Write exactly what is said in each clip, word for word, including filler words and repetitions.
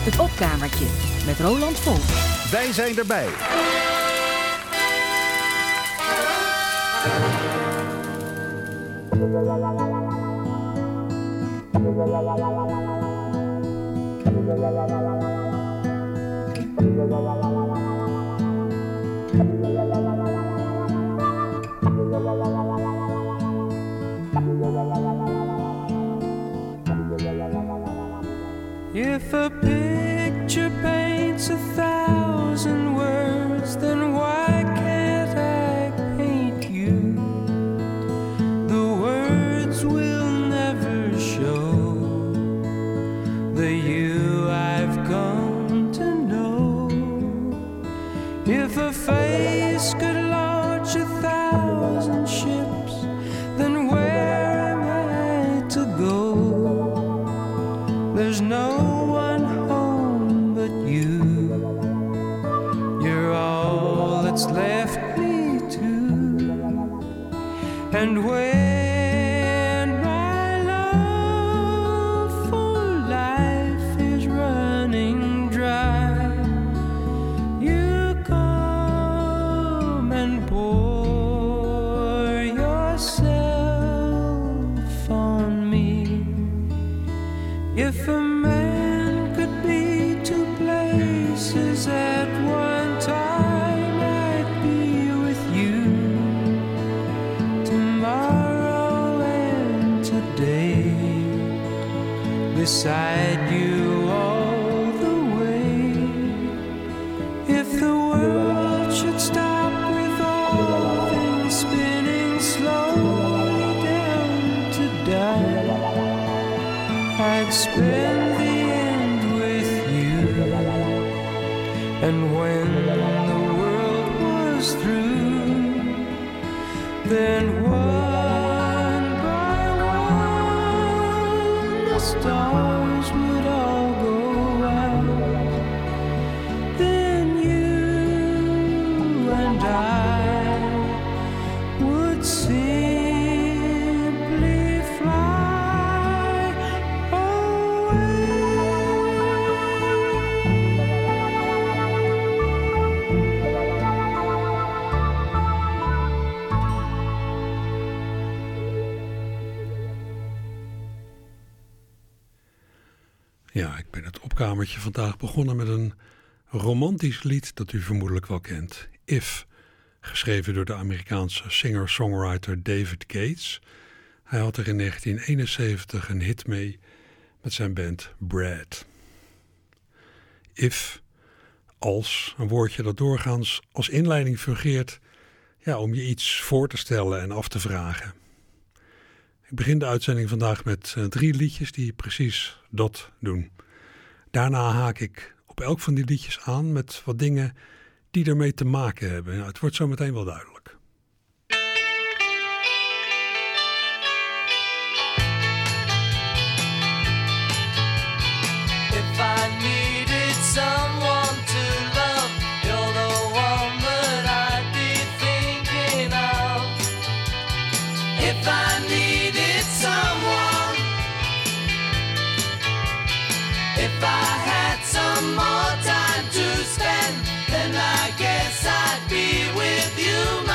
Het opkamertje met Roland Vonk. Wij zijn erbij. If a picture paints a thousand words, then why can't I paint you? The words will never show the you I've come to know. If a face could launch a thousand ships, then where am I to go? There's no one home but you. You're all that's left me to. And when my love for life is running dry, you come and pour yourself on me. If a man could be two places at one time, I'd be with you tomorrow and today, beside you all the way. If the world should stop with all things spinning slowly down to die, I'd spend the end with you. And when the world was through, then one by one the stars would all go out. Then you and I would simply fly away. Ja, ik ben het opkamertje vandaag begonnen met een romantisch lied dat u vermoedelijk wel kent. If, geschreven door de Amerikaanse singer-songwriter David Gates. Hij had er in negentien eenenzeventig een hit mee met zijn band Brad. If, als, een woordje dat doorgaans als inleiding fungeert, ja, om je iets voor te stellen en af te vragen. Ik begin de uitzending vandaag met uh, drie liedjes die precies dat doen. Daarna haak ik op elk van die liedjes aan met wat dingen die ermee te maken hebben. Nou, het wordt zo meteen wel duidelijk. If I needed someone to love, you're the one that I'd be thinking of. If I needed someone, if I had some more time to spend, then I guess I'd be with you.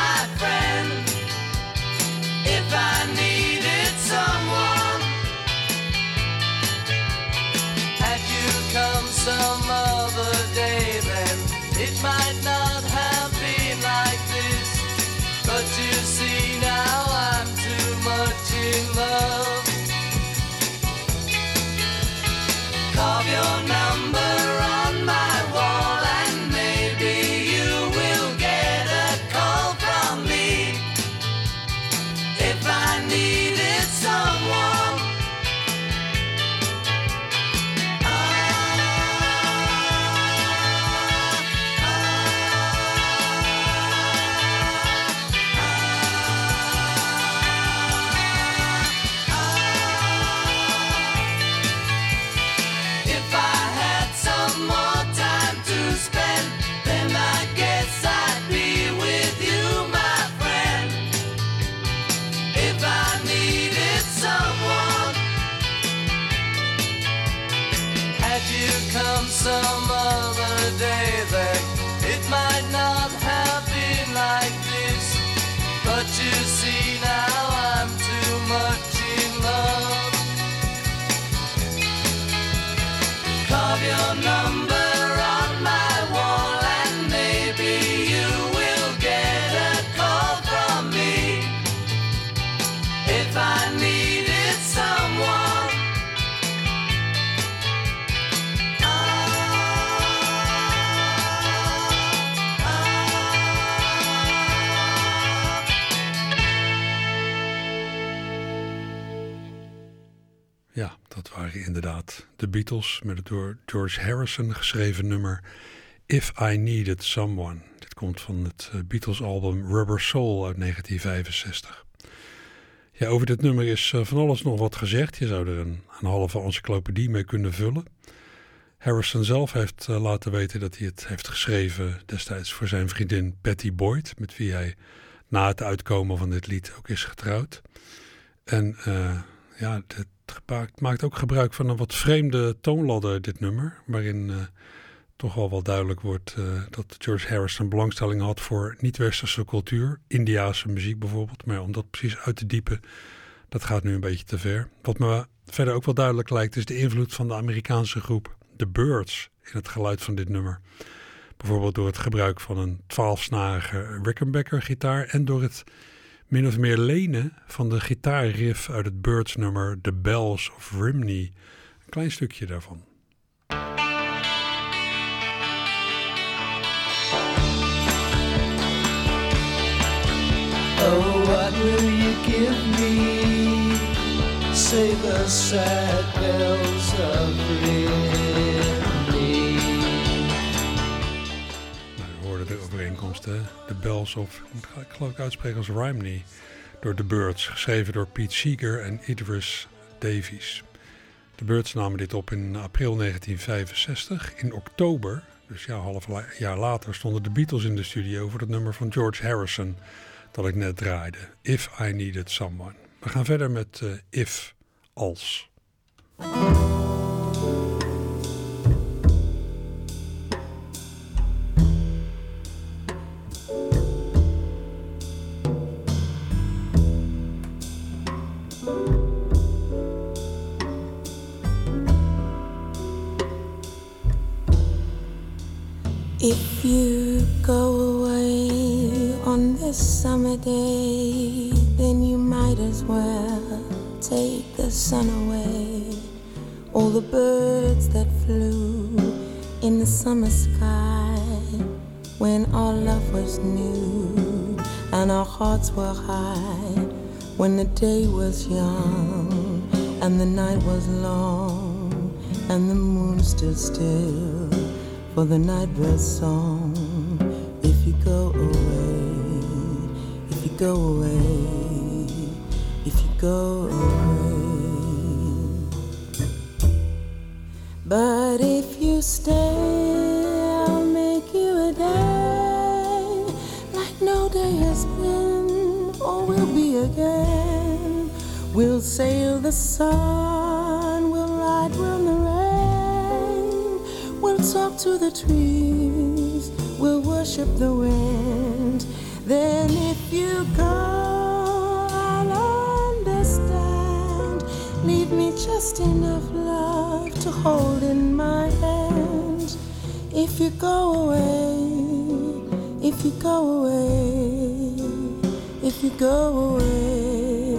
come some other day that it might not have been like this. But you see now I'm too much in love. Carve your number on my wall and maybe you will get a call from me. If I needed someone, ah, ah. Ja, dat waren inderdaad de Beatles met het door George Harrison geschreven nummer If I Needed Someone. Dit komt van het Beatles album Rubber Soul uit negentien vijfenzestig. Ja, over dit nummer is uh, van alles nog wat gezegd. Je zou er een, een halve encyclopedie mee kunnen vullen. Harrison zelf heeft uh, laten weten dat hij het heeft geschreven destijds voor zijn vriendin Pattie Boyd, met wie hij na het uitkomen van dit lied ook is getrouwd. En uh, ja, het maakt ook gebruik van een wat vreemde toonladder, dit nummer, waarin uh, toch wel wel duidelijk wordt uh, dat George Harrison belangstelling had voor niet-westerse cultuur, Indiase muziek bijvoorbeeld. Maar ja, om dat precies uit te diepen, dat gaat nu een beetje te ver. Wat me verder ook wel duidelijk lijkt, is de invloed van de Amerikaanse groep The Byrds in het geluid van dit nummer. Bijvoorbeeld door het gebruik van een twaalfsnarige Rickenbacker gitaar en door het min of meer lenen van de gitaarriff uit het Byrds nummer The Bells of Rhymney. Een klein stukje daarvan. Oh, what will you give me? Say the sad bells of Rhymney. Nou, we hoorden de overeenkomst, hè? The Bells of, ik geloof ik uitspreken als Rhymney, door The Byrds, geschreven door Pete Seeger en Idris Davies. De Byrds namen dit op in april negentien vijfenzestig. In oktober, dus ja, half jaar later, stonden de Beatles in de studio voor het nummer van George Harrison dat ik net draaide, If I Needed Someone. We gaan verder met uh, If, Als. If you go away on this summer day, then you might as well take the sun away. All the birds that flew in the summer sky when our love was new and our hearts were high, when the day was young and the night was long and the moon stood still for the nightbird's song. If you go away, if you go away, if you go away. But if you stay, I'll make you a day like no day has been or will be again. We'll sail the sun, we'll ride round the rain, we'll talk to the trees, we'll worship the wind. Then if you go, I'll understand. Leave me just enough love to hold in my hand. If you go away, if you go away, if you go away,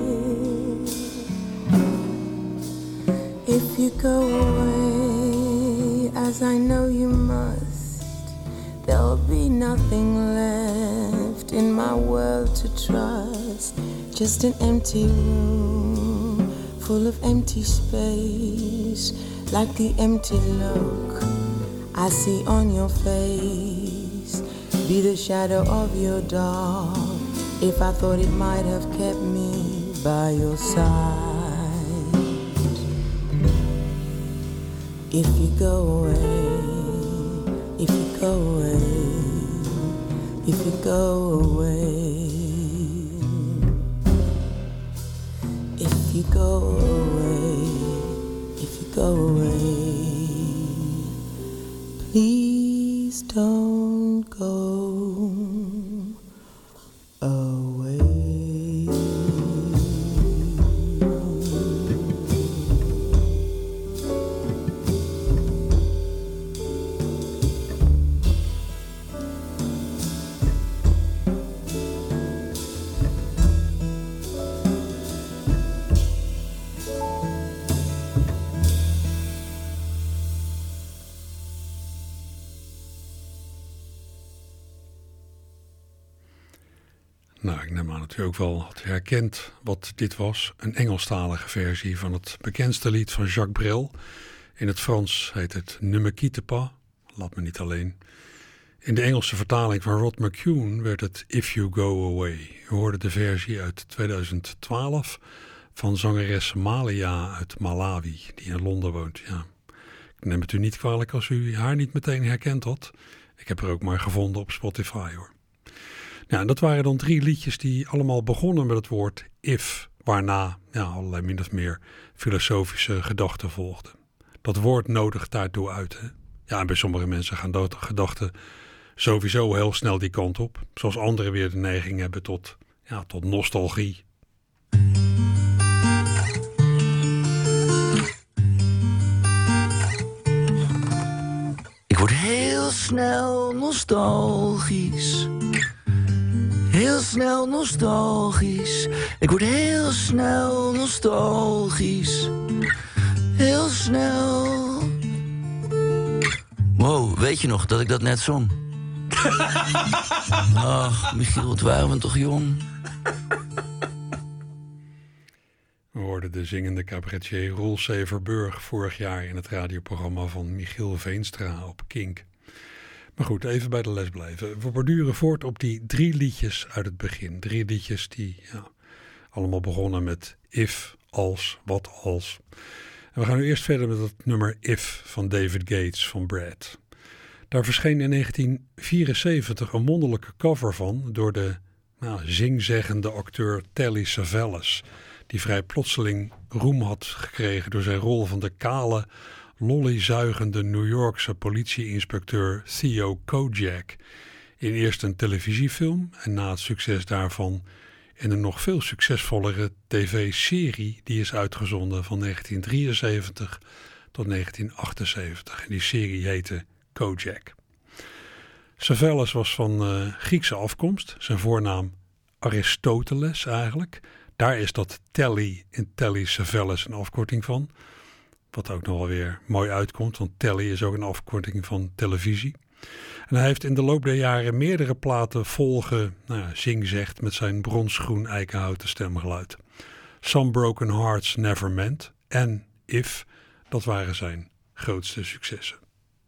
if you go away, as I know you must, there'll be nothing left in my world to trust. Just an empty room full of empty space, like the empty look I see on your face. Be the shadow of your dog, if I thought it might have kept me by your side. If you go away, if you go away, if you go away, if you go away, if you go away, Nou, ik neem aan dat u ook wel had herkend wat dit was. Een Engelstalige versie van het bekendste lied van Jacques Brel. In het Frans heet het Ne me quitte pas, laat me niet alleen. In de Engelse vertaling van Rod McCune werd het If You Go Away. U hoorde de versie uit tweeduizend twaalf van zangeres Malia uit Malawi, die in Londen woont. Ja. Ik neem het u niet kwalijk als u haar niet meteen herkend had. Ik heb er ook maar gevonden op Spotify, hoor. Ja, en dat waren dan drie liedjes die allemaal begonnen met het woord if, waarna ja, allerlei min of meer filosofische gedachten volgden. Dat woord nodigt daartoe uit. Hè? Ja, en bij sommige mensen gaan dat gedachten sowieso heel snel die kant op. Zoals anderen weer de neiging hebben tot, ja, tot nostalgie. Ik word heel snel nostalgisch. Heel snel nostalgisch. Ik word heel snel nostalgisch. Heel snel. Wow, weet je nog dat ik dat net zong? Ach, Michiel, wat waren we toch jong? We hoorden de zingende cabaretier Roel Severburg vorig jaar in het radioprogramma van Michiel Veenstra op Kink. Maar goed, even bij de les blijven. We borduren voort op die drie liedjes uit het begin. Drie liedjes die ja, allemaal begonnen met if, als, wat als. En we gaan nu eerst verder met het nummer If van David Gates van Brad. Daar verscheen in negentien vierenzeventig een wonderlijke cover van door de nou, zingzeggende acteur Telly Savalas, die vrij plotseling roem had gekregen door zijn rol van de kale, lollyzuigende New Yorkse politieinspecteur Theo Kojak in eerst een televisiefilm en na het succes daarvan in een nog veel succesvollere tv-serie die is uitgezonden van negentien drieënzeventig tot negentien achtenzeventig. En die serie heette Kojak. Savalas was van uh, Griekse afkomst, zijn voornaam Aristoteles eigenlijk. Daar is dat Telly in Telly Savalas een afkorting van. Wat ook nog wel weer mooi uitkomt, want Telly is ook een afkorting van televisie. En hij heeft in de loop der jaren meerdere platen volgen, nou ja, zingzegt met zijn bronsgroen eikenhouten stemgeluid. Some Broken Hearts Never Meant en If, dat waren zijn grootste successen.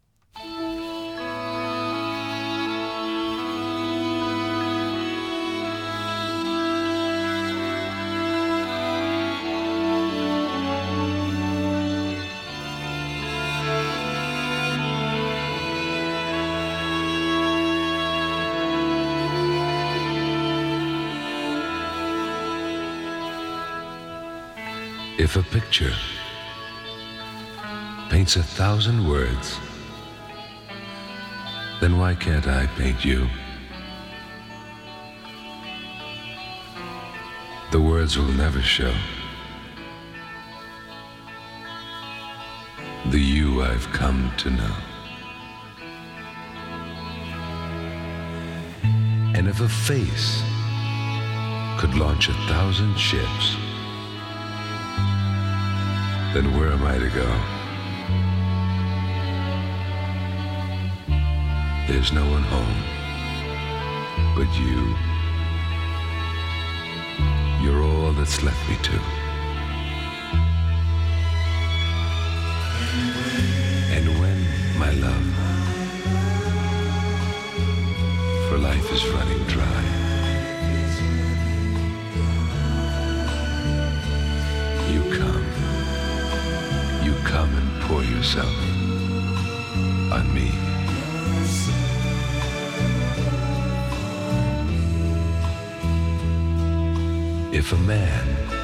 If a picture paints a thousand words, then why can't I paint you? The words will never show the you I've come to know. And if a face could launch a thousand ships, then where am I to go? There's no one home but you. You're all that's left me to. And when, my love, for life is running dry, you come. You come and pour yourself on me. If a man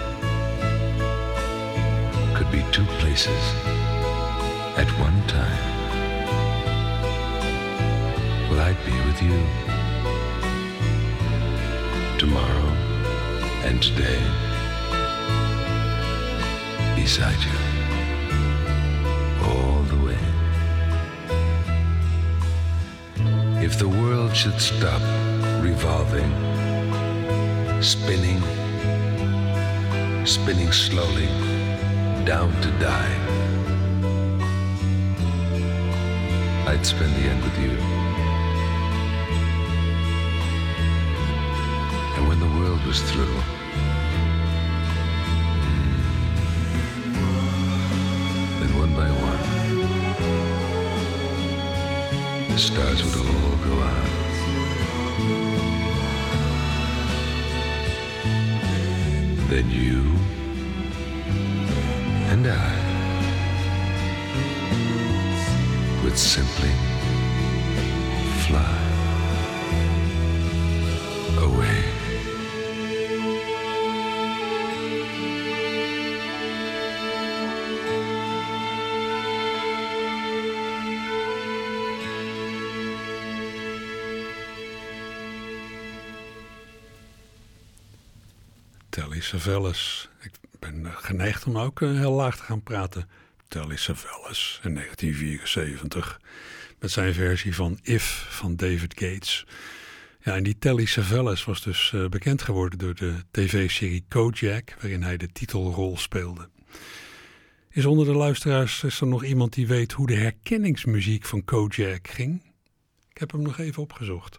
could be two places at one time, well, I'd be with you tomorrow and today beside you. All the way. If the world should stop revolving, spinning, spinning slowly down to die, I'd spend the end with you. And when the was through. Then one by one, the stars would all go out. Then you and I would simply fly away. Telly Savalas. Ik ben geneigd om ook heel laag te gaan praten. Telly Savalas in negentien vierenzeventig. Met zijn versie van If van David Gates. Ja, en die Telly Savalas was dus uh, bekend geworden door de tv-serie Kojak, waarin hij de titelrol speelde. Is onder de luisteraars is er nog iemand die weet hoe de herkenningsmuziek van Kojak ging? Ik heb hem nog even opgezocht.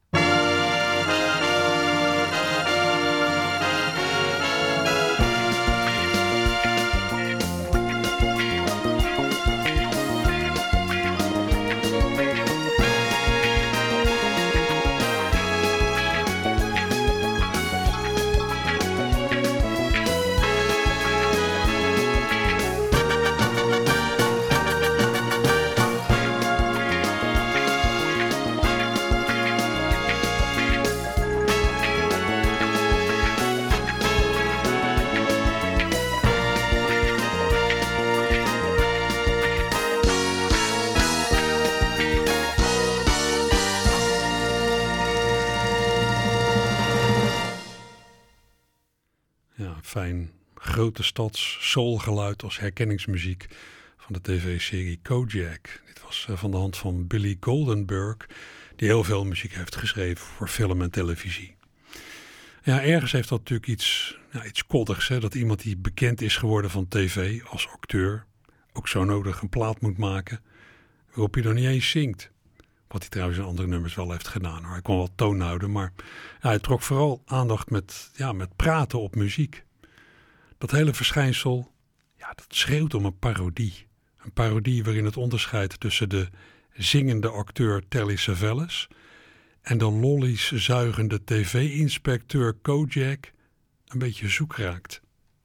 Fijn grote stads soulgeluid als herkenningsmuziek van de tv-serie Kojak. Dit was uh, van de hand van Billy Goldenberg, die heel veel muziek heeft geschreven voor film en televisie. Ja, ergens heeft dat natuurlijk iets, ja, iets koddigs, hè? Dat iemand die bekend is geworden van tv als acteur ook zo nodig een plaat moet maken waarop hij nog niet eens zingt. Wat hij trouwens in andere nummers wel heeft gedaan. Hoor. Hij kon wel toon houden, maar ja, hij trok vooral aandacht met, ja, met praten op muziek. Dat hele verschijnsel, ja, dat schreeuwt om een parodie. Een parodie waarin het onderscheid tussen de zingende acteur Telly Savalas en de lollies zuigende tv-inspecteur Kojak een beetje zoek raakt.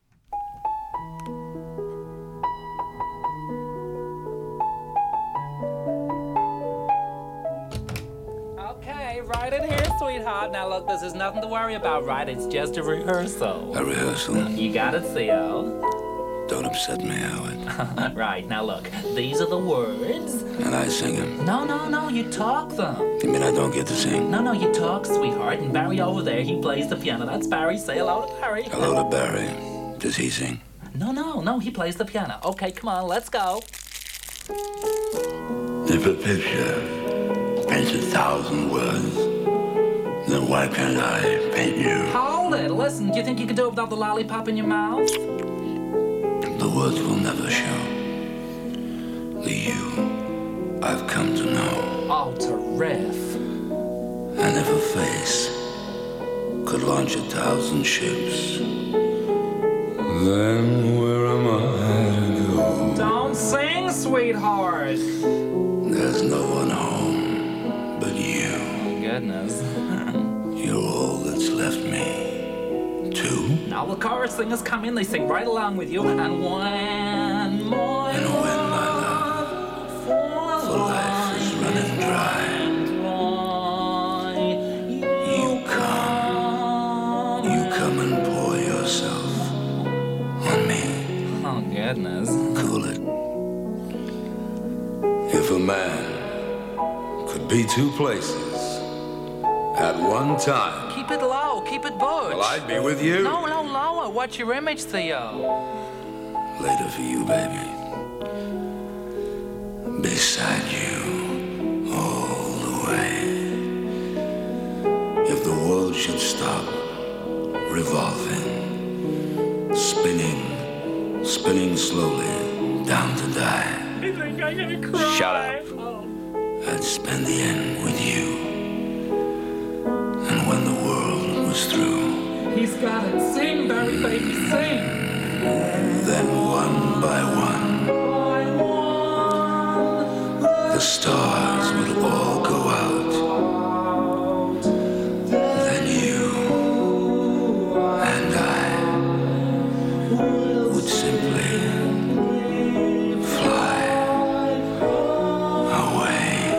Right in here, sweetheart. Now look, this is nothing to worry about, right? It's just a rehearsal. A rehearsal? You got it, Theo. Don't upset me, Howard. Right, now look, these are the words. And I sing them. No, no, no, you talk them. You mean I don't get to sing? No, no, you talk, sweetheart. And Barry over there, he plays the piano. That's Barry. Say hello to Barry. Hello to Barry. Does he sing? No, no, no, he plays the piano. Okay, come on, let's go. If a picture paints a thousand words, then why can't I paint you? Hold it. Listen, do you think you could do it without the lollipop in your mouth? The words will never show the you I've come to know. Oh, terrific. And if a face could launch a thousand ships, then where am I to go? Don't sing, sweetheart. There's no one home but you. Goodness. You're all that's left me, too. Now the chorus singers come in, they sing right along with you. And one more And when my love for life is running dry, you come, you come and pour yourself on me. Oh, goodness. Cool it. If a man could be two places at one time, Keep it low, keep it butch. well, I'd be with you. No, no, lower. What's your image, Theo? Later for you, baby. Beside you all the way. If the world should stop revolving, spinning, spinning slowly down to die, I think I'm gonna cry. Shut up. Oh. I'd spend the end with you. And when the world was through, got it. Sing, Barry, baby, sing. Then one by one, the stars would all go out. Then you and I would simply fly away.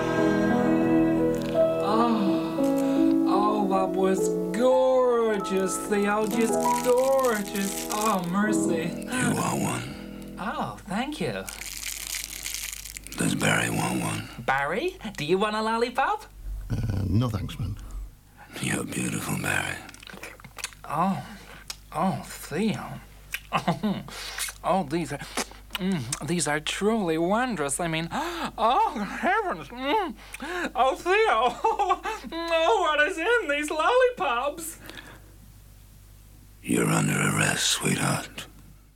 Oh, oh, that was gorgeous, Theo, just gorgeous. Oh, mercy. You want one? Oh, thank you. Does Barry want one? Barry, do you want a lollipop? Uh, no thanks, man. You're beautiful, Barry. Oh, oh, Theo. Oh, oh these are, mm, these are truly wondrous. I mean, oh heavens! Mm. Oh, Theo! Oh, what is in these lollipops? You're under arrest, sweetheart.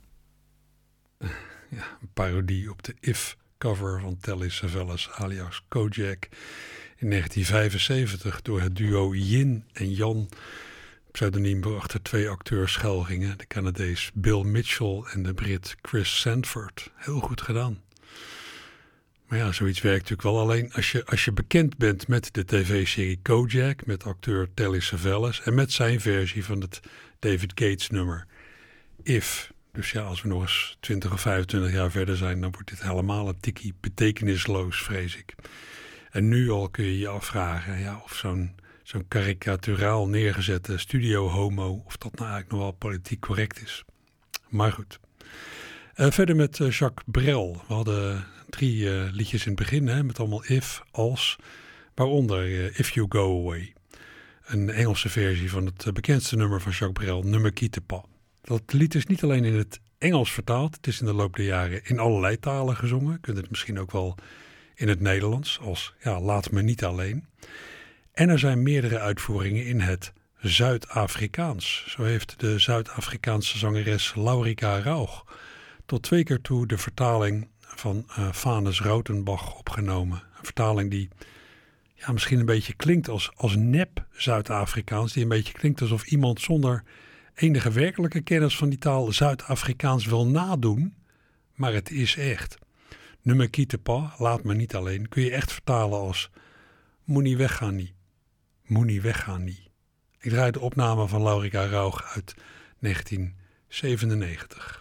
Ja, een parodie op de If-cover van Telly Savalas alias Kojak in negentien vijfenzeventig door het duo Yin en Jan. Pseudoniem achter twee acteurs schuil gingen, de Canadees Bill Mitchell en de Brit Chris Sanford. Heel goed gedaan. Maar ja, zoiets werkt natuurlijk wel alleen als je, als je bekend bent met de tv-serie Kojak, met acteur Telly Savalas en met zijn versie van het David Gates nummer If. Dus ja, als we nog eens twintig of vijfentwintig jaar verder zijn, dan wordt dit helemaal een tikkie betekenisloos, vrees ik. En nu al kun je je afvragen ja, of zo'n, zo'n karikaturaal neergezette studio-homo, of dat nou eigenlijk nog wel politiek correct is. Maar goed. Uh, verder met uh, Jacques Brel. We hadden drie uh, liedjes in het begin, hè, met allemaal if, als, waaronder uh, If You Go Away. Een Engelse versie van het uh, bekendste nummer van Jacques Brel, Ne Me Quitte Pas. Dat lied is niet alleen in het Engels vertaald, het is in de loop der jaren in allerlei talen gezongen. Je kunt het misschien ook wel in het Nederlands, als ja, Laat Me Niet Alleen. En er zijn meerdere uitvoeringen in het Zuid-Afrikaans. Zo heeft de Zuid-Afrikaanse zangeres Laurika Rauch tot twee keer toe de vertaling van uh, Vanus Rautenbach opgenomen. Een vertaling die ja, misschien een beetje klinkt als, als nep Zuid-Afrikaans, die een beetje klinkt alsof iemand zonder enige werkelijke kennis van die taal Zuid-Afrikaans wil nadoen, maar het is echt. Ne me quitte pas, laat me niet alleen, kun je echt vertalen als moet niet weggaan niet. Moet niet weggaan niet. Ik draai de opname van Laurika Rauch uit negentien zevenennegentig.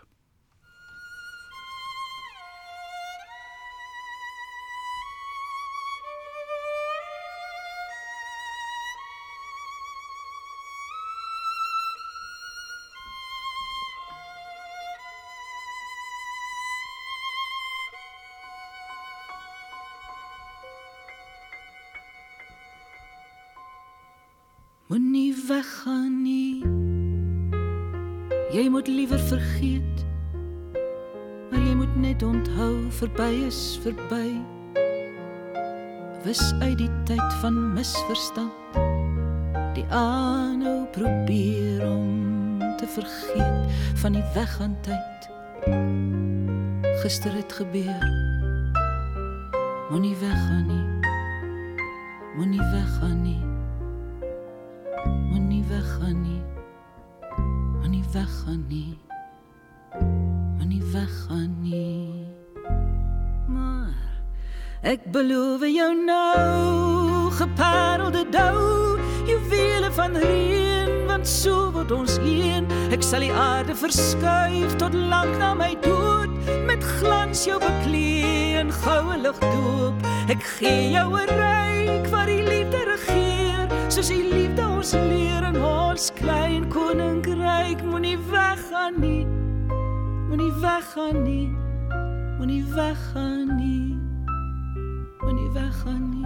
Moet nie weggaan nie. Jy moet liever vergeet. Maar jy moet net onthou, verby is verby. Wis uit die tyd van misverstand. Die aanhou probeer om te vergeet van die weggaan tyd. Gister het gebeur. Moenie weggaan nie. Moenie weggaan nie. Moenie weggaan nie. Moenie weggaan nie. Moenie weggaan nie. Maar ek beloof jou nou, geparelde dou, juwele van reën, want so word ons een. Ek sal die aarde verskuif tot lank na my dood, met glans jou beklee en goue lig doop. Ek gee jou 'n ryk waar die liefde regeer, soos die liefde ons leer in ons klein koninkryk. Moenie weggaan nie, moenie weggaan nie, moenie weggaan nie, moenie weggaan nie.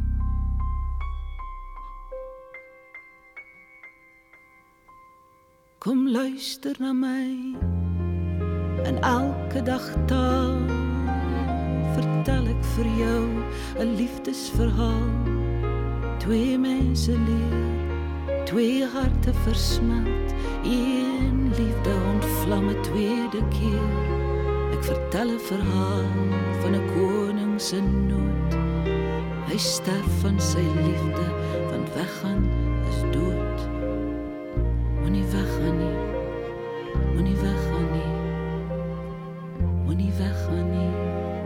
Kom luister na my, en elke dag taal vertel ek vir jou 'n liefdesverhaal. Twee mense leer, twee harte versmelt, een liefde ontvlam 'n tweede keer. Ek vertel 'n verhaal van 'n koning se nood. Hy sterf van sy liefde, want weggaan is dood. Moenie weggaan nie. Moenie weggaan nie. Moenie weggaan nie.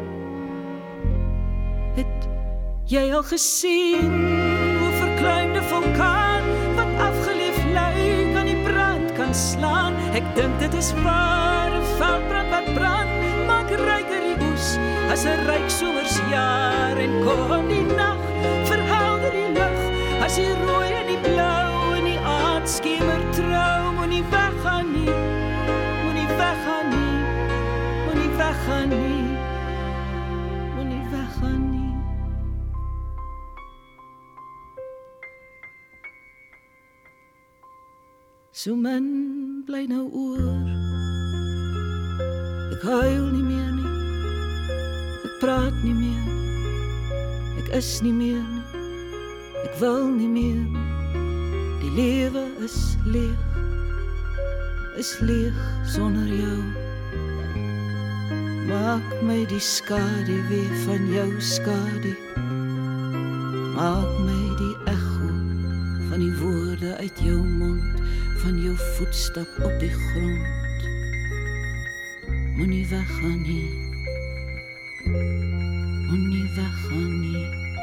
Het jy al gesien hoe verkleinde vulkaan wat afgeleef lyk aan die brand kan slaan? Ek dink dit is waar 'n veldbrand wat brand maak ryker die oes as 'n ryk somersjaar en kom die nag verhelder die lug as die rooi en die blou en die aand skemer trou. Moenie weggaan nie. Moenie weggaan nie. Moenie weggaan nie. Moenie weggaan nie. So min bly nou oor. Ek huil nie meer nie. Ek praat nie meer nie. Ek is nie meer nie. Ek wil nie meer nie. Die lewe is leeg. Is leeg sonder jou. Maak my die skade weer van jou skade. Maak my die echo van die woorde uit jou mond, van jou voetstap op die grond. Moenie weggaan nie. Moenie weggaan nie.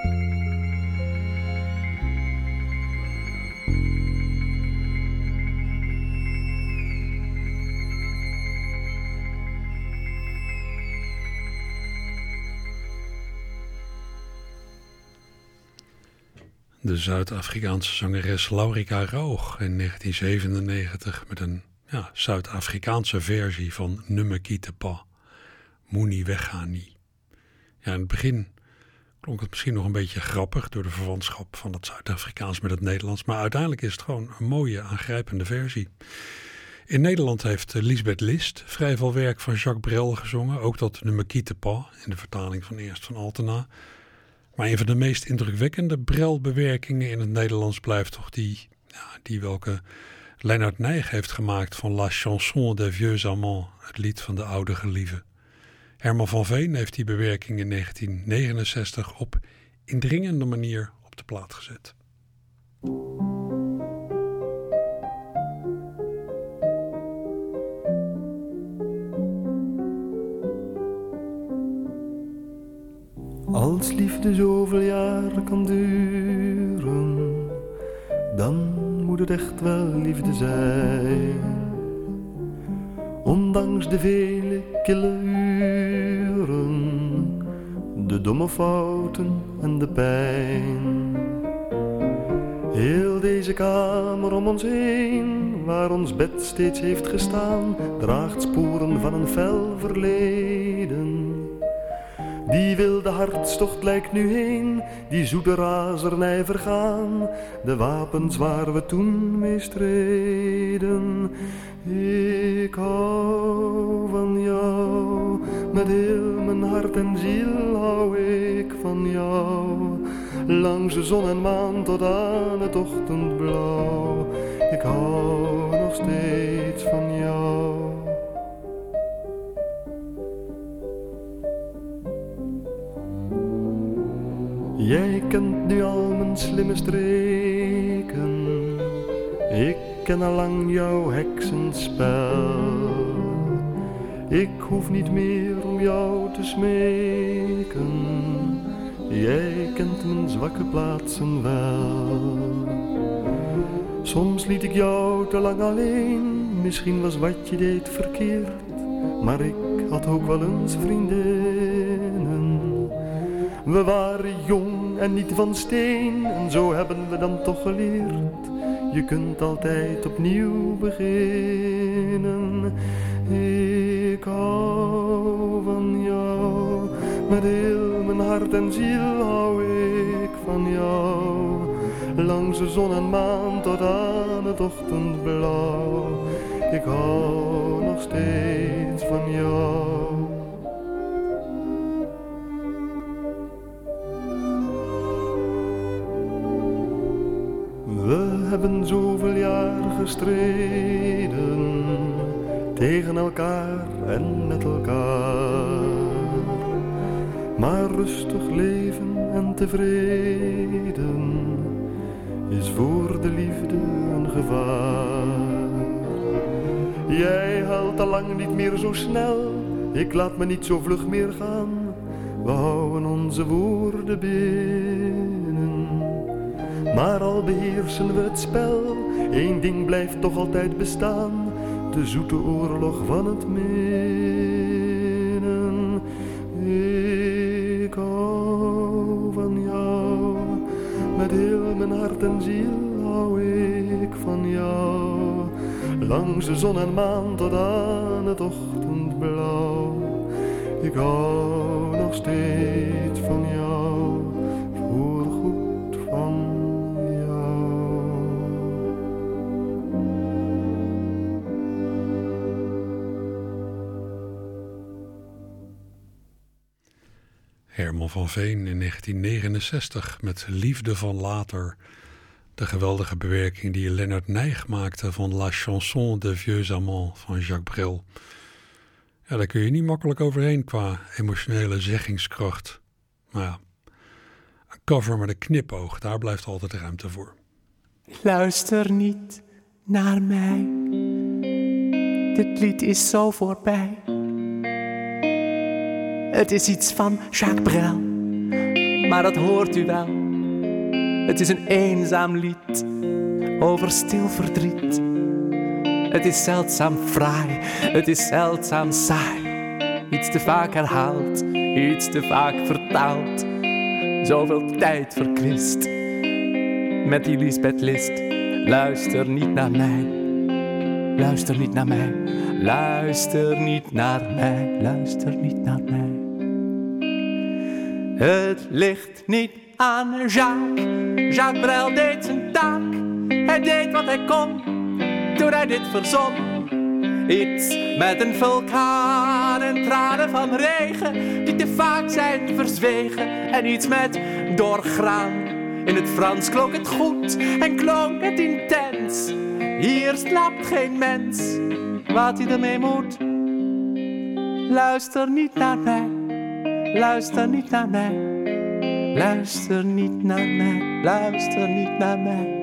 De Zuid-Afrikaanse zangeres Laurika Roog in negentien zevenennegentig met een ja, Zuid-Afrikaanse versie van Ne me quitte pas, Moenie weggaan nie. Ja, in het begin klonk het misschien nog een beetje grappig door de verwantschap van het Zuid-Afrikaans met het Nederlands, maar uiteindelijk is het gewoon een mooie, aangrijpende versie. In Nederland heeft Liesbeth List vrij veel werk van Jacques Brel gezongen, ook dat Ne me quitte pas in de vertaling van Ernst van Altena. Maar een van de meest indrukwekkende Brel-bewerkingen in het Nederlands blijft toch die, ja, die welke Leonard Nijg heeft gemaakt van La Chanson des Vieux Amants, het lied van de oude geliefde. Herman van Veen heeft die bewerking in negentien negenenzestig op indringende manier op de plaat gezet. Als liefde zoveel jaren kan duren, dan moet het echt wel liefde zijn. Ondanks de vele kille uren, de domme fouten en de pijn. Heel deze kamer om ons heen, waar ons bed steeds heeft gestaan, draagt sporen van een fel verleden. Die wilde hartstocht lijkt nu heen, die zoete razernij vergaan, de wapens waar we toen mee streden. Ik hou van jou, met heel mijn hart en ziel hou ik van jou. Langs de zon en maan tot aan het ochtendblauw, ik hou nog steeds van jou. Jij kent nu al mijn slimme streken, ik ken allang jouw heksenspel. Ik hoef niet meer om jou te smeken, jij kent mijn zwakke plaatsen wel. Soms liet ik jou te lang alleen, misschien was wat je deed verkeerd, maar ik had ook wel eens vriendinnen. We waren jong en niet van steen, en zo hebben we dan toch geleerd. Je kunt altijd opnieuw beginnen. Ik hou van jou, met heel mijn hart en ziel hou ik van jou. Langs de zon en maan tot aan het ochtendblauw, ik hou nog steeds van jou. We hebben zoveel jaar gestreden, tegen elkaar en met elkaar. Maar rustig leven en tevreden is voor de liefde een gevaar. Jij haalt al lang niet meer zo snel, ik laat me niet zo vlug meer gaan. We houden onze woorden binnen, maar al beheersen we het spel, één ding blijft toch altijd bestaan, de zoete oorlog van het minnen. Ik hou van jou, met heel mijn hart en ziel hou ik van jou. Langs de zon en maan tot aan het ochtendblauw. Ik hou nog steeds van jou, voorgoed van jou. Herman van Veen in negentien negenenzestig met Liefde van Later. De geweldige bewerking die Leonard Nijg maakte van La Chanson de Vieux Amants van Jacques Brel. Ja, daar kun je niet makkelijk overheen qua emotionele zeggingskracht. Maar ja, een cover met een knipoog, daar blijft altijd ruimte voor. Luister niet naar mij, dit lied is zo voorbij. Het is iets van Jacques Brel, maar dat hoort u wel. Het is een eenzaam lied over stil verdriet. Het is zeldzaam fraai, het is zeldzaam saai. Iets te vaak herhaald, iets te vaak vertaald. Zoveel tijd verkwist met die Lisbeth List. Luister niet naar mij, luister niet naar mij. Luister niet naar mij, luister niet naar mij. Het ligt niet aan Jacques. Jacques Brel deed zijn taak. Hij deed wat hij kon toen hij dit verzon. Iets met een vulkaan en tranen van regen die te vaak zijn verzwegen. En iets met doorgraan. In het Frans klonk het goed en klonk het intens. Hier slaapt geen mens, wat hij ermee moet. Luister niet naar mij, luister niet naar mij. Luister niet naar mij, luister niet naar mij.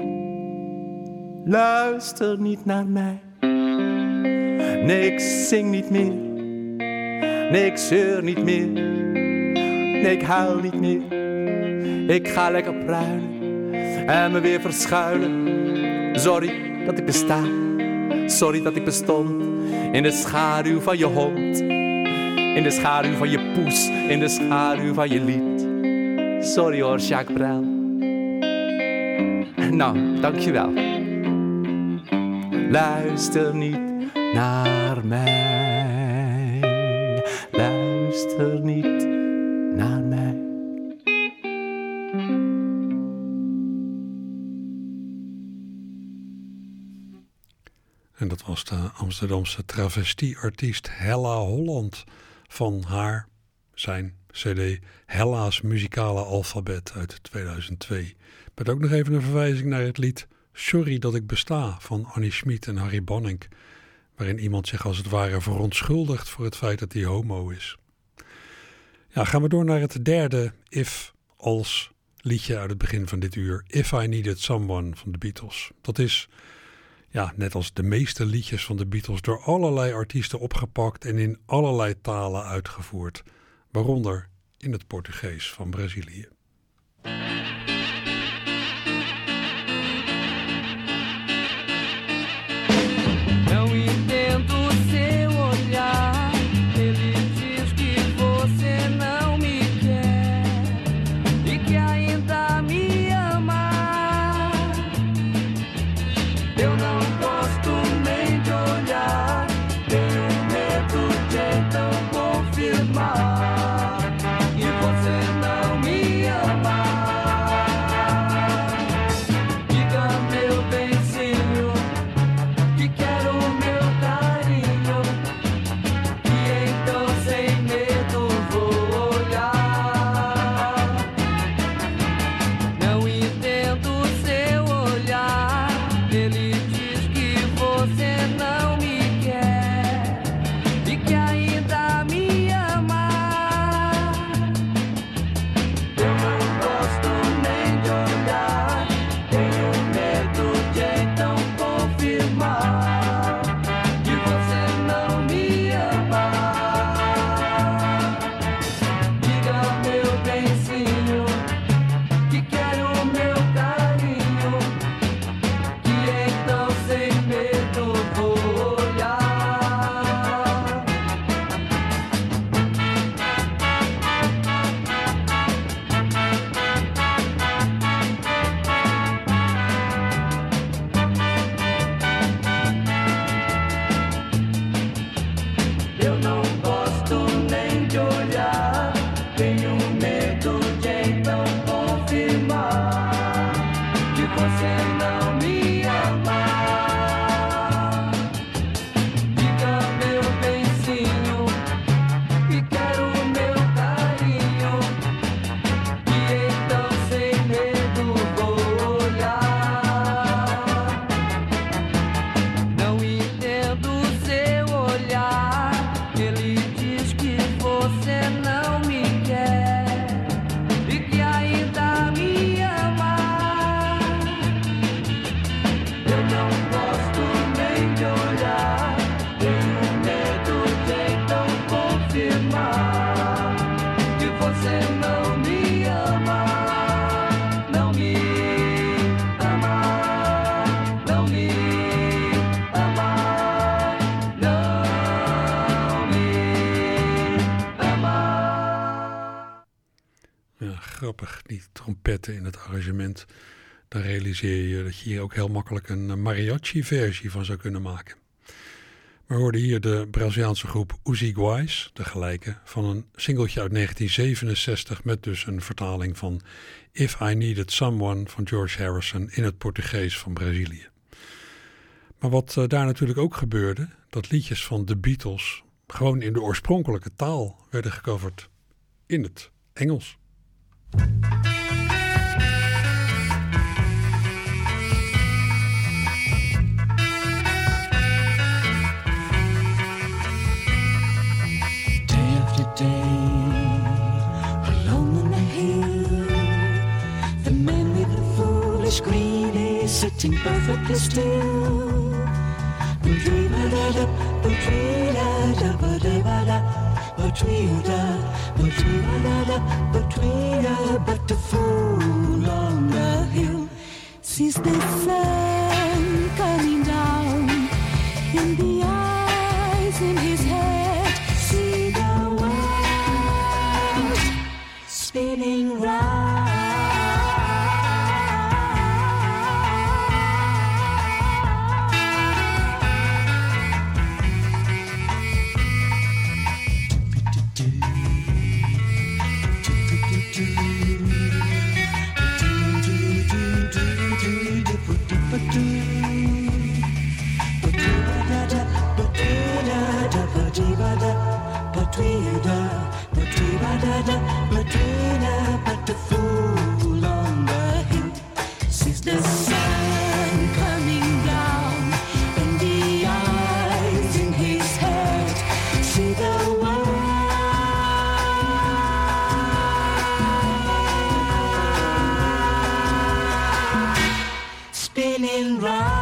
Luister niet naar mij. Nee, ik zing niet meer. Nee, ik zeur niet meer. Nee, ik huil niet meer. Ik ga lekker pruilen en me weer verschuilen. Sorry dat ik besta, sorry dat ik bestond. In de schaduw van je hond, in de schaduw van je poes, in de schaduw van je lied. Sorry hoor, Jacques Brel. Nou, dankjewel. Luister niet naar mij. Luister niet naar mij. En dat was de Amsterdamse travestieartiest Hella Holland van haar, zijn cd Hella's muzikale alfabet uit tweeduizend twee. Met ook nog even een verwijzing naar het lied Sorry dat ik besta van Annie Schmid en Harry Bonnink, waarin iemand zich als het ware verontschuldigt voor het feit dat hij homo is. Ja, gaan we door naar het derde if als liedje uit het begin van dit uur. If I Needed Someone van de Beatles. Dat is, ja, net als de meeste liedjes van de Beatles, door allerlei artiesten opgepakt en in allerlei talen uitgevoerd. Waaronder in het Portugees van Brazilië. Não entendo o seu olhar. Ele diz que você não me quer e que ainda me ama. Eu não gosto nem de olhar, tenho medo de então confirmar que você não me ama. você não me ama, não me ama, não me ama, não me ama. Ja, grappig, die trompetten in het arrangement. Dan realiseer je dat je hier ook heel makkelijk een mariachi-versie van zou kunnen maken. We hoorden hier de Braziliaanse groep Uruguais, de gelijke, van een singeltje uit negentien zevenenzestig met dus een vertaling van If I Needed Someone van George Harrison in het Portugees van Brazilië. Maar wat uh, daar natuurlijk ook gebeurde, dat liedjes van de Beatles gewoon in de oorspronkelijke taal werden gecoverd in het Engels. Day, alone on the hill, the man with the foolish grin is sitting perfectly still. But the fool on the hill sees the sun coming down in the eyes in his head. See the world spinning round. But the fool on the hill sees the sun coming down and the eyes in his head see the world spinning round.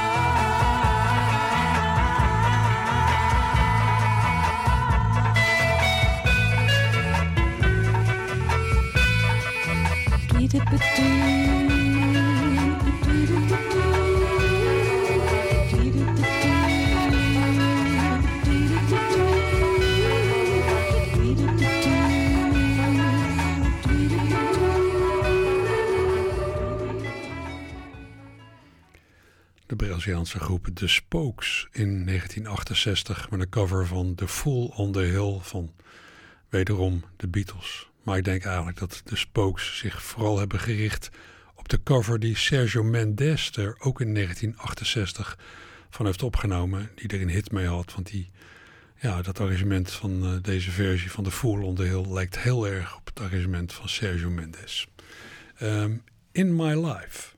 De Braziliaanse groep The Spokes in negentien achtenzestig met een cover van The Fool on the Hill van wederom de Beatles. Maar ik denk eigenlijk dat de Spokes zich vooral hebben gericht op de cover die Sergio Mendes er ook in negentien achtenzestig van heeft opgenomen, die er een hit mee had. Want die, ja, dat arrangement van uh, deze versie van The Fool on the Hill lijkt heel erg op het arrangement van Sergio Mendes. Um, In My Life.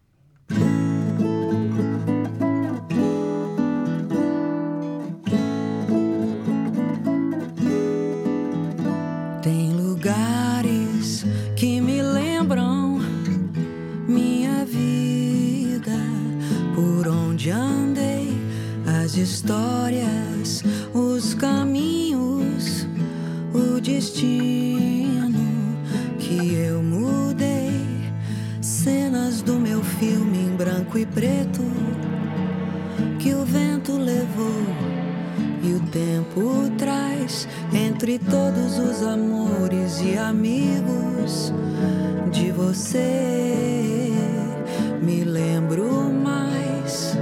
Tem lugares que me lembram minha vida, por onde andei, as histórias, os caminhos, o destino que eu mudei, cenas do meu filme em branco e preto que o vento levou. E o tempo traz, entre todos os amores e amigos, de você me lembro mais.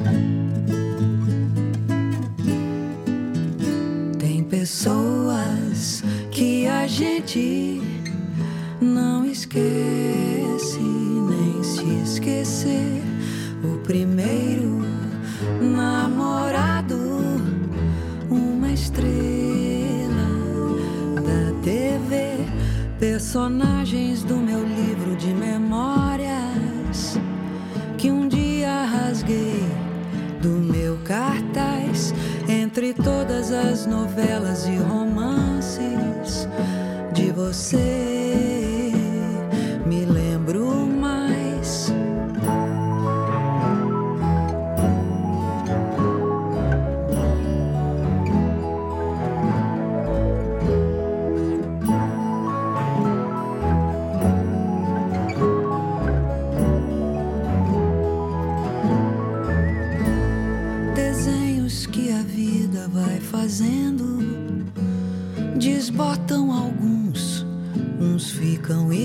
Tem pessoas que a gente não esquece, nem se esquecer. O primeiro namorado, uma estrela da T V, personagens do meu livro de memórias que um dia rasguei do meu cartaz, entre todas as novelas e romances, de você me lembro mais.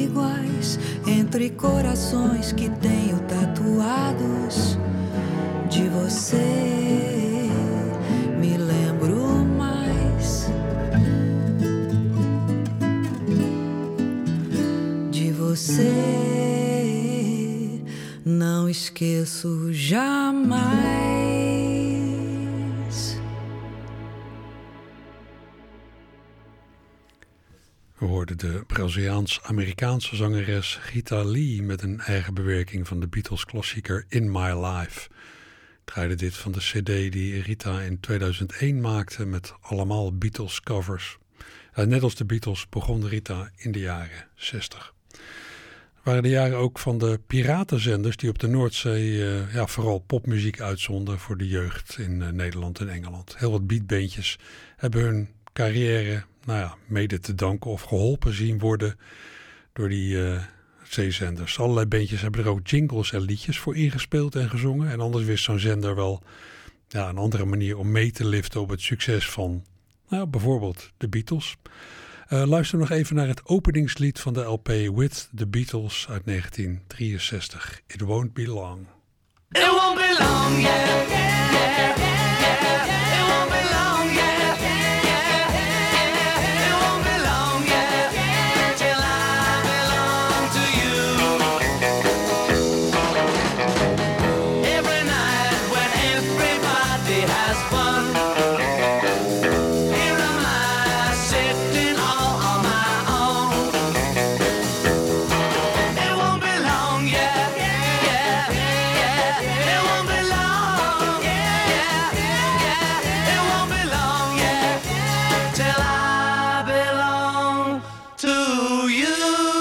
iguais entre corações que tenho tatuados. De você me lembro mais. De você não esqueço jamais. We hoorden de Braziliaans-Amerikaanse zangeres Rita Lee met een eigen bewerking van de Beatles-klassieker In My Life. Ik draaide dit van de cd die Rita in tweeduizend één maakte met allemaal Beatles-covers. Uh, net als de Beatles begon Rita in de jaren zestig. Het waren de jaren ook van de piratenzenders die op de Noordzee uh, ja, vooral popmuziek uitzonden voor de jeugd in uh, Nederland en Engeland. Heel wat beatbandjes hebben hun carrière nou ja, mede te danken of geholpen zien worden door die uh, zeezenders. Allerlei bandjes hebben er ook jingles en liedjes voor ingespeeld en gezongen. En anders wist zo'n zender wel ja, een andere manier om mee te liften op het succes van nou, bijvoorbeeld de Beatles. Uh, luister nog even naar het openingslied van de L P With the Beatles uit negentien drieënzestig. It Won't Be Long. It won't be long, yeah, yeah, yeah, yeah. It won't be long, yeah, yeah, yeah, yeah. It won't be long, yeah, till I belong to you. Every night when everybody has fun, here am I sitting all on my own. It won't be long, yeah, yeah, yeah, yeah. It won't be long, yeah, yeah, yeah. It won't be long, yeah, till I belong to you.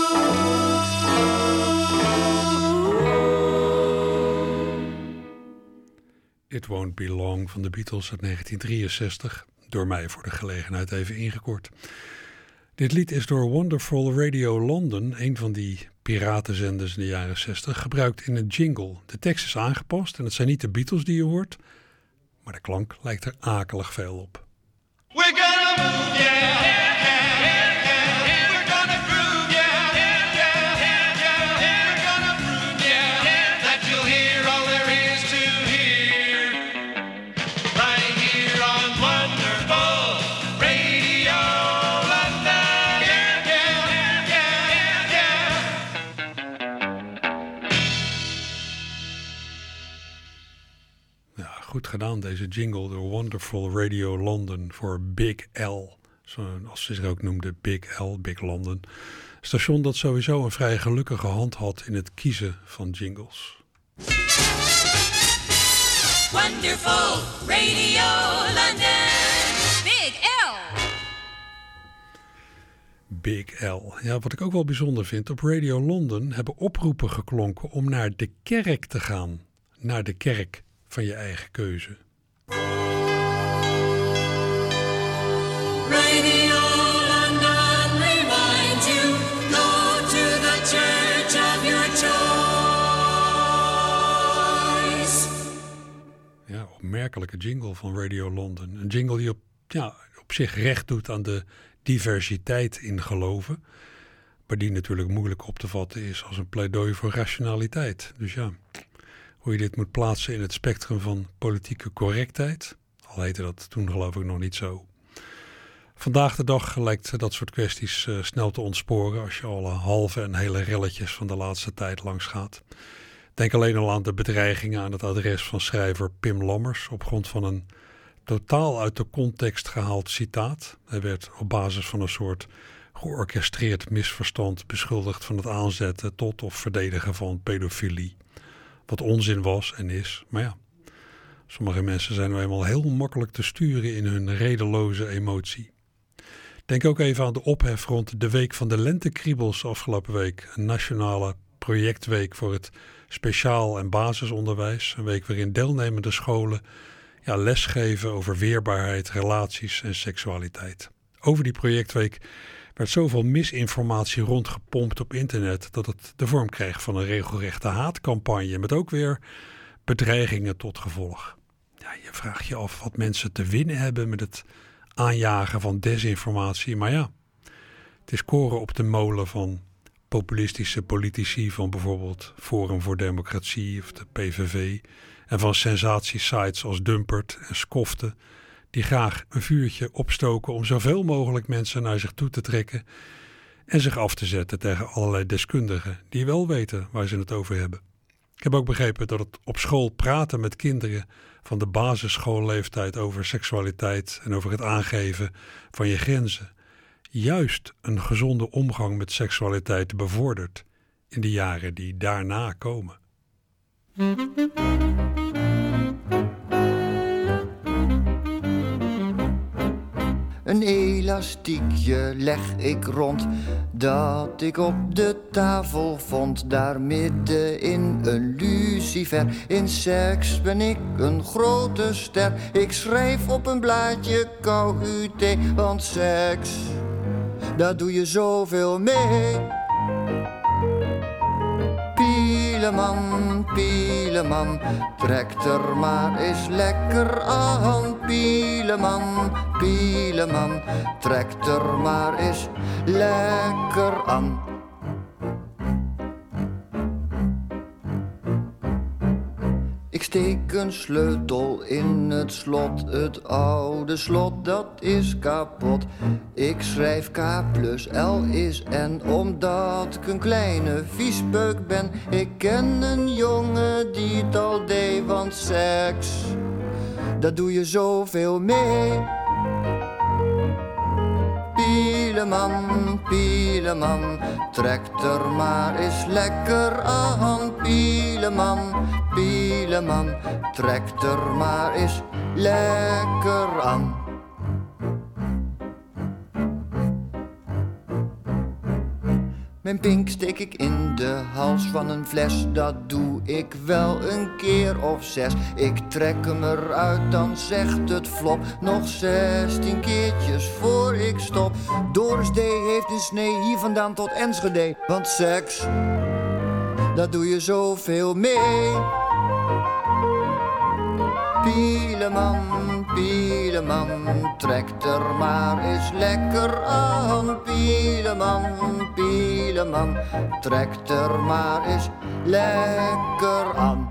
It Won't Be Long van de Beatles uit negentien drieënzestig. Door mij voor de gelegenheid even ingekort. Dit lied is door Wonderful Radio London, een van die piratenzenders in de jaren zestig, gebruikt in een jingle. De tekst is aangepast en het zijn niet de Beatles die je hoort, maar de klank lijkt er akelig veel op. We're gonna move, yeah, yeah, yeah, yeah. We're gonna groove, yeah, yeah, yeah, yeah, yeah. We're gonna prove, yeah, that you'll hear all there is to hear. Right here on Wonderful Radio London. Yeah, yeah, yeah, yeah. Ja, goed gedaan deze jingle door Wonderful Radio London voor Big L. Zoals ze zich ook noemde, Big L, Big London. Station dat sowieso een vrij gelukkige hand had in het kiezen van jingles. Wonderful Radio London. Big L. Big L. Ja, wat ik ook wel bijzonder vind, op Radio London hebben oproepen geklonken om naar de kerk te gaan. Naar de kerk van je eigen keuze. Radio London reminds you, go to the church of your choice. Ja, opmerkelijke jingle van Radio London. Een jingle die op, ja, op zich recht doet aan de diversiteit in geloven. Maar die natuurlijk moeilijk op te vatten is als een pleidooi voor rationaliteit. Dus ja, hoe je dit moet plaatsen in het spectrum van politieke correctheid. Al heette dat toen geloof ik nog niet zo. Vandaag de dag lijkt dat soort kwesties uh, snel te ontsporen als je alle halve en hele relletjes van de laatste tijd langs gaat. Denk alleen al aan de bedreigingen aan het adres van schrijver Pim Lammers op grond van een totaal uit de context gehaald citaat. Hij werd op basis van een soort georchestreerd misverstand beschuldigd van het aanzetten tot of verdedigen van pedofilie. Wat onzin was en is, maar ja. Sommige mensen zijn nou eenmaal heel makkelijk te sturen in hun redeloze emotie. Denk ook even aan de ophef rond de Week van de Lentekriebels afgelopen week. Een nationale projectweek voor het speciaal en basisonderwijs. Een week waarin deelnemende scholen ja, lesgeven over weerbaarheid, relaties en seksualiteit. Over die projectweek werd zoveel misinformatie rondgepompt op internet dat het de vorm kreeg van een regelrechte haatcampagne met ook weer bedreigingen tot gevolg. Ja, je vraagt je af wat mensen te winnen hebben met het aanjagen van desinformatie. Maar ja, het is koren op de molen van populistische politici van bijvoorbeeld Forum voor Democratie of de P V V en van sensatiesites als Dumpert en Skofte, die graag een vuurtje opstoken om zoveel mogelijk mensen naar zich toe te trekken en zich af te zetten tegen allerlei deskundigen die wel weten waar ze het over hebben. Ik heb ook begrepen dat het op school praten met kinderen van de basisschoolleeftijd over seksualiteit en over het aangeven van je grenzen juist een gezonde omgang met seksualiteit bevordert in de jaren die daarna komen. Een elastiekje leg ik rond, dat ik op de tafel vond. Daar middenin een lucifer, in seks ben ik een grote ster. Ik schrijf op een blaadje K U T, want seks, daar doe je zoveel mee. Pieleman, pieleman, trek er maar eens lekker aan. Pieleman, pieleman, trek er maar eens lekker aan. Ik steek een sleutel in het slot, het oude slot dat is kapot. Ik schrijf K plus L is N, omdat ik een kleine viespeuk ben. Ik ken een jongen die het al deed, want seks, daar doe je zoveel mee. Pieleman, pieleman, trek er maar eens lekker aan. Pieleman, pieleman, trek er maar eens lekker aan. Mijn pink steek ik in de hals van een fles, dat doe ik wel een keer of zes. Ik trek hem eruit, dan zegt het flop, nog zestien keertjes voor ik stop. Doris D. heeft een snee hier vandaan tot Enschede, want seks, daar doe je zoveel mee. Pieleman, pieleman, trek er maar eens lekker aan. Pieleman, pieleman, trek er maar eens lekker aan.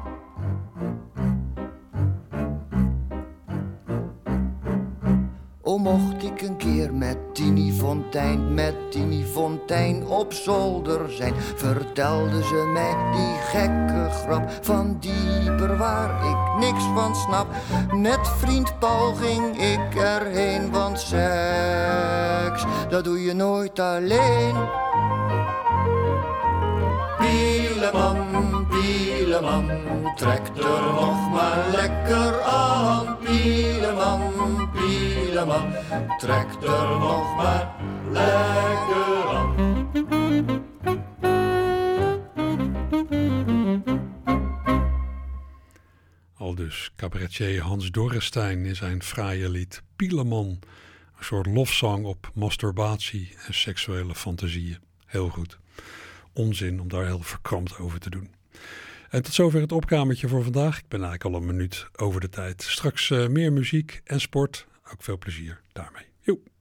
O, mocht ik een keer met Tini Fontijn, met Tini Fontijn op zolder zijn, vertelde ze mij die gekke grap van dieper waar ik niks van snap. Met vriend Paul ging ik erheen, want seks, dat doe je nooit alleen. Pieleman, pieleman, trek er nog maar lekker aan. Pieleman, pieleman, trek er nog maar lekker aan. Aldus cabaretier Hans Dorrestein in zijn fraaie lied Pieleman. Een soort lofzang op masturbatie en seksuele fantasieën. Heel goed. Onzin om daar heel verkrampt over te doen. En tot zover het opkamertje voor vandaag. Ik ben eigenlijk al een minuut over de tijd. Straks uh, meer muziek en sport. Ook veel plezier daarmee. Joep.